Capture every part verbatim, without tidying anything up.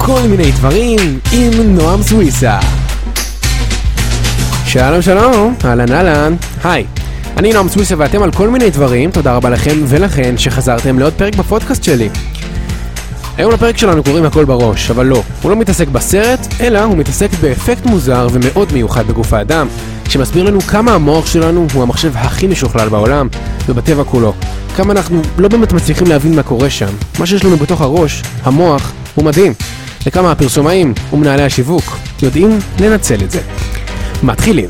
כל מיני דברים עם נועם סוויסה. שלום שלום, אהלן אהלן, היי, אני נועם סוויסה ואתם על כל מיני דברים. תודה רבה לכם ולכן שחזרתם לעוד פרק בפודקאסט שלי. היום לפרק שלנו קוראים הכל בראש, אבל לא, הוא לא מתעסק בסרט, אלא הוא מתעסק באפקט מוזר ומאוד מיוחד בגוף האדם, שמסביר לנו כמה המוח שלנו הוא המחשב הכי משוכלל בעולם ובטבע כולו. כמה אנחנו לא באמת מצליחים להבין מה קורה שם. מה שיש לנו בתוך הראש, המוח, הוא מדהים. וכמה הפרסומאים ומנהלי השיווק יודעים לנצל את זה. מתחילים.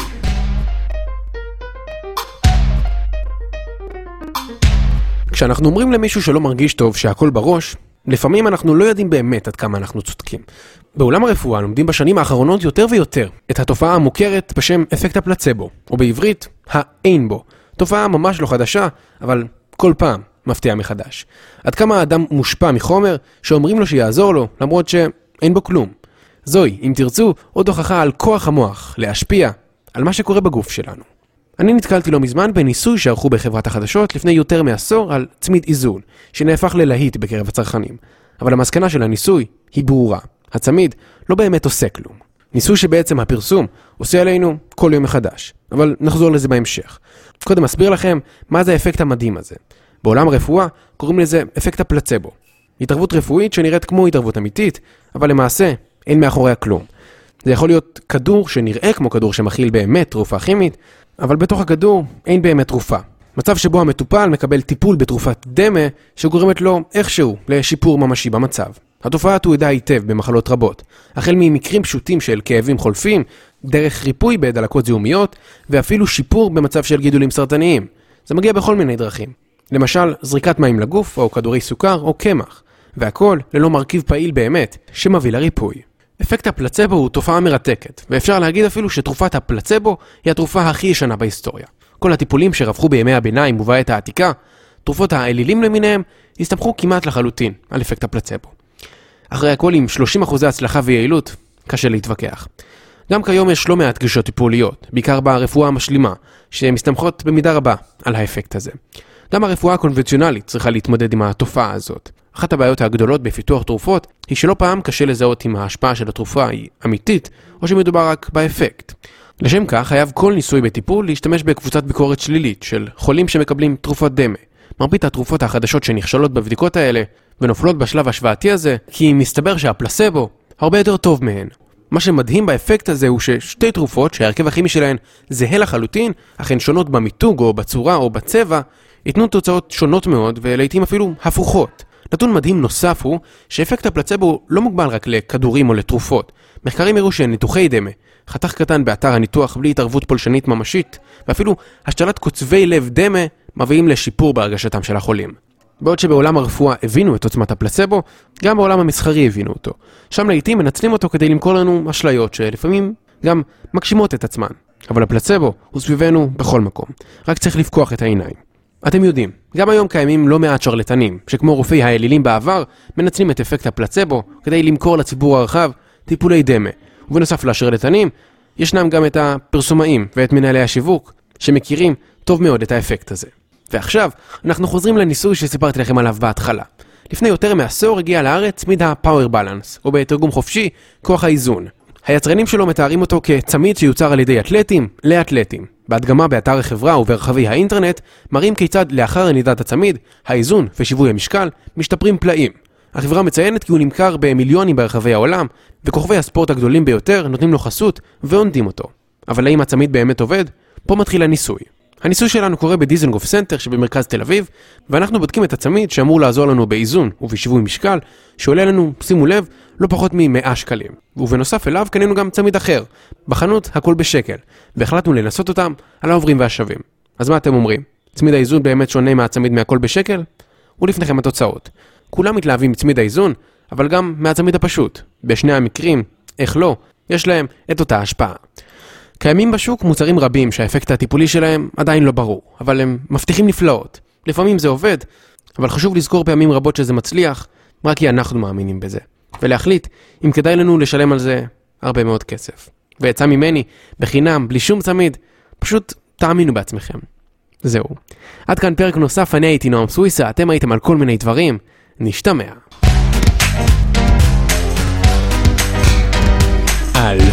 כשאנחנו אומרים למישהו שלא מרגיש טוב שהכל בראש, לפעמים אנחנו לא יודעים באמת עד כמה אנחנו צודקים. בעולם הרפואה לומדים בשנים האחרונות יותר ויותר את התופעה המוכרת בשם אפקט הפלצבו, או בעברית, האין בו. תופעה ממש לא חדשה, אבל כל פעם מפתיע מחדש. עד כמה האדם מושפע מחומר שאומרים לו שיעזור לו, למרות שאין בו כלום. זוהי, אם תרצו, עוד הוכחה על כוח המוח להשפיע על מה שקורה בגוף שלנו. אני נתקלתי לא מזמן בניסוי שערכו בחברת החדשות לפני יותר מעשור על צמיד איזון, שנהפך ללהיט בקרב הצרכנים. אבל המסקנה של הניסוי היא ברורה. הצמיד לא באמת עושה כלום. ניסוי שבעצם הפרסום עושה עלינו כל יום מחדש. אבל נחזור לזה בהמשך. קודם אסביר לכם מה זה האפקט המדהים הזה. בעולם הרפואה קוראים לזה אפקט הפלצבו. התערבות רפואית שנראית כמו התערבות אמיתית, אבל למעשה אין מאחוריה כלום. זה יכול להיות כדור שנראה כמו כדור שמכיל באמת תרופה כימית, אבל בתוך הכדור אין באמת תרופה. מצב שבו המטופל מקבל טיפול בתרופת דמה שגורמת לו איכשהו לשיפור ממשי במצב. התופעה תועדה היטב במחלות רבות, החל ממקרים פשוטים של כאבים חולפים, דרך ריפוי בדלקות זיהומיות, ואפילו שיפור במצב של גידולים סרטניים. זה מגיע בכל מיני דרכים. למשל, זריקת מים לגוף או כדורי סוכר או קמח, והכל ללא מרכיב פעיל באמת שמביא לריפוי. אפקט הפלצבו הוא תופעה מרתקת, ואפשר להגיד אפילו שתרופת הפלצבו היא התרופה הכי ישנה בהיסטוריה. כל הטיפולים שרווחו בימי הביניים ובעת העתיקה, תרופות האלילים למיניהם, הסתמכו כמעט לחלוטין על אפקט הפלצבו. אחרי הכל עם שלושים אחוז הצלחה ויעילות, קשה להתווכח. גם כיום יש לא מעט גישות טיפוליות, בעיקר ברפואה המשלימה, שמסתמכות במידה רבה על האפקט הזה. גם הרפואה הקונבנציונלית צריכה להתמודד עם התופעה הזאת. אחת הבעיות הגדולות בפיתוח תרופות היא שלא פעם קשה לזהות אם ההשפעה של התרופה היא אמיתית או שמדובר רק באפקט. לשם כך חייב כל ניסוי בטיפול להשתמש בקבוצת ביקורת שלילית של חולים שמקבלים תרופות דמה. מרבית התרופות החדשות שנכשלות בבדיקות האלה ונופלות בשלב השוואתי הזה כי מסתבר שהפלצבו הרבה יותר טוב מהן. מה שמדהים באפקט הזה הוא ששתי תרופות שההרכב הכימי שלהן זהה לחלוטין, אך הן שונות במיתוג או בצורה או בצבע, ייתנו תוצאות שונות מאוד ולעיתים אפילו הפוכות. נתון מדהים נוסף הוא שאפקט הפלצבו לא מוגבל רק לכדורים או לתרופות. מחקרים הראו שניתוחי דמה, חתך קטן באתר הניתוח בלי התערבות פולשנית ממשית, ואפילו השתלת קוצבי לב דמה מביאים לשיפור בהרגשתם של החולים. בעוד שבעולם הרפואה הבינו את עוצמת הפלצבו, גם בעולם המסחרי הבינו אותו. שם לעיתים מנצלים אותו כדי למכור לנו אשליות שלפעמים גם מגשימות את עצמן. אבל הפלצבו הוא סביבנו בכל מקום. רק צריך לפקוח את העיניים. אתם יודעים, גם היום קיימים לא מעט שרלטנים, שכמו רופאי האלילים בעבר, מנצלים את אפקט הפלצבו כדי למכור לציבור הרחב טיפולי דמה. ובנוסף לשרלטנים, ישנם גם את הפרסומאים ואת מנהלי השיווק, שמכירים טוב מאוד את האפקט הזה. ועכשיו, אנחנו חוזרים לניסוי שסיפרתי לכם עליו בהתחלה. לפני יותר מעשור הגיע לארץ צמיד ה-Power Balance, או בתרגום חופשי, כוח האיזון. היצרנים שלו מתארים אותו כצמיד שיוצר על ידי אתלטים לאתלטים. בהדגמה באתר החברה וברחבי האינטרנט, מראים כיצד לאחר ענידת הצמיד, האיזון ושיווי המשקל משתפרים פלאים. החברה מציינת כי הוא נמכר במיליונים ברחבי העולם, וכוכבי הספורט הגדולים ביותר נותנים לו חסות ועונדים אותו. אבל האם הצמיד באמת עובד? פה מתחיל הניסוי. הניסוי שלנו קורה בדיזנגוף סנטר שבמרכז תל אביב, ואנחנו בודקים את הצמיד שאמור לעזור לנו באיזון ובשיווי משקל, שעולה לנו, שימו לב, לא פחות מ-מאה שקלים. ובנוסף אליו קנינו גם צמיד אחר, בחנות הכל בשקל, והחלטנו לנסות אותם על העוברים והשווים. אז מה אתם אומרים? צמיד האיזון באמת שונה מהצמיד מהכל בשקל? ולפניכם התוצאות. כולם מתלהבים מצמיד האיזון, אבל גם מהצמיד הפשוט. בשני המקרים, איך לא, יש להם את אותה השפעה. קיימים בשוק מוצרים רבים שהאפקט הטיפולי שלהם עדיין לא ברור, אבל הם מבטיחים נפלאות. לפעמים זה עובד, אבל חשוב לזכור פעמים רבות שזה מצליח, רק כי אנחנו מאמינים בזה. ולהחליט אם כדאי לנו לשלם על זה הרבה מאוד כסף. ויצא ממני, בחינם, בלי שום צמיד, פשוט תאמינו בעצמכם. זהו. עד כאן פרק נוסף, אני הייתי נועם סוויסה, אתם הייתם על כל מיני דברים, נשתמע.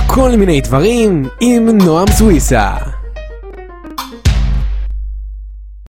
כל מיני דברים עם נועם סוויסה.